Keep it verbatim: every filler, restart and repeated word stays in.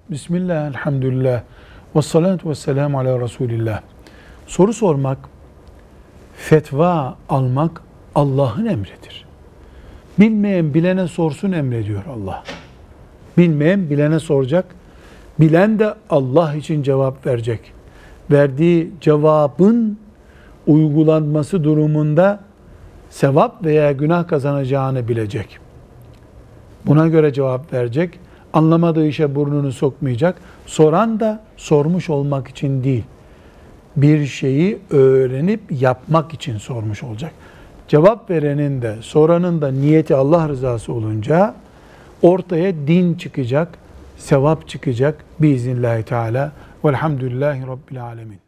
Bismillah, elhamdülillah, ve salatu ve selamu ala Resulillah. Soru sormak, fetva almak Allah'ın emridir. Bilmeyen bilene sorsun emrediyor Allah. Bilmeyen bilene soracak, bilen de Allah için cevap verecek. Verdiği cevabın uygulanması durumunda sevap veya günah kazanacağını bilecek. Buna göre cevap verecek. Anlamadığı işe burnunu sokmayacak. Soran da sormuş olmak için değil, bir şeyi öğrenip yapmak için sormuş olacak. Cevap verenin de soranın da niyeti Allah rızası olunca ortaya din çıkacak, sevap çıkacak biiznillahü teala. Velhamdülillahi Rabbil alemin.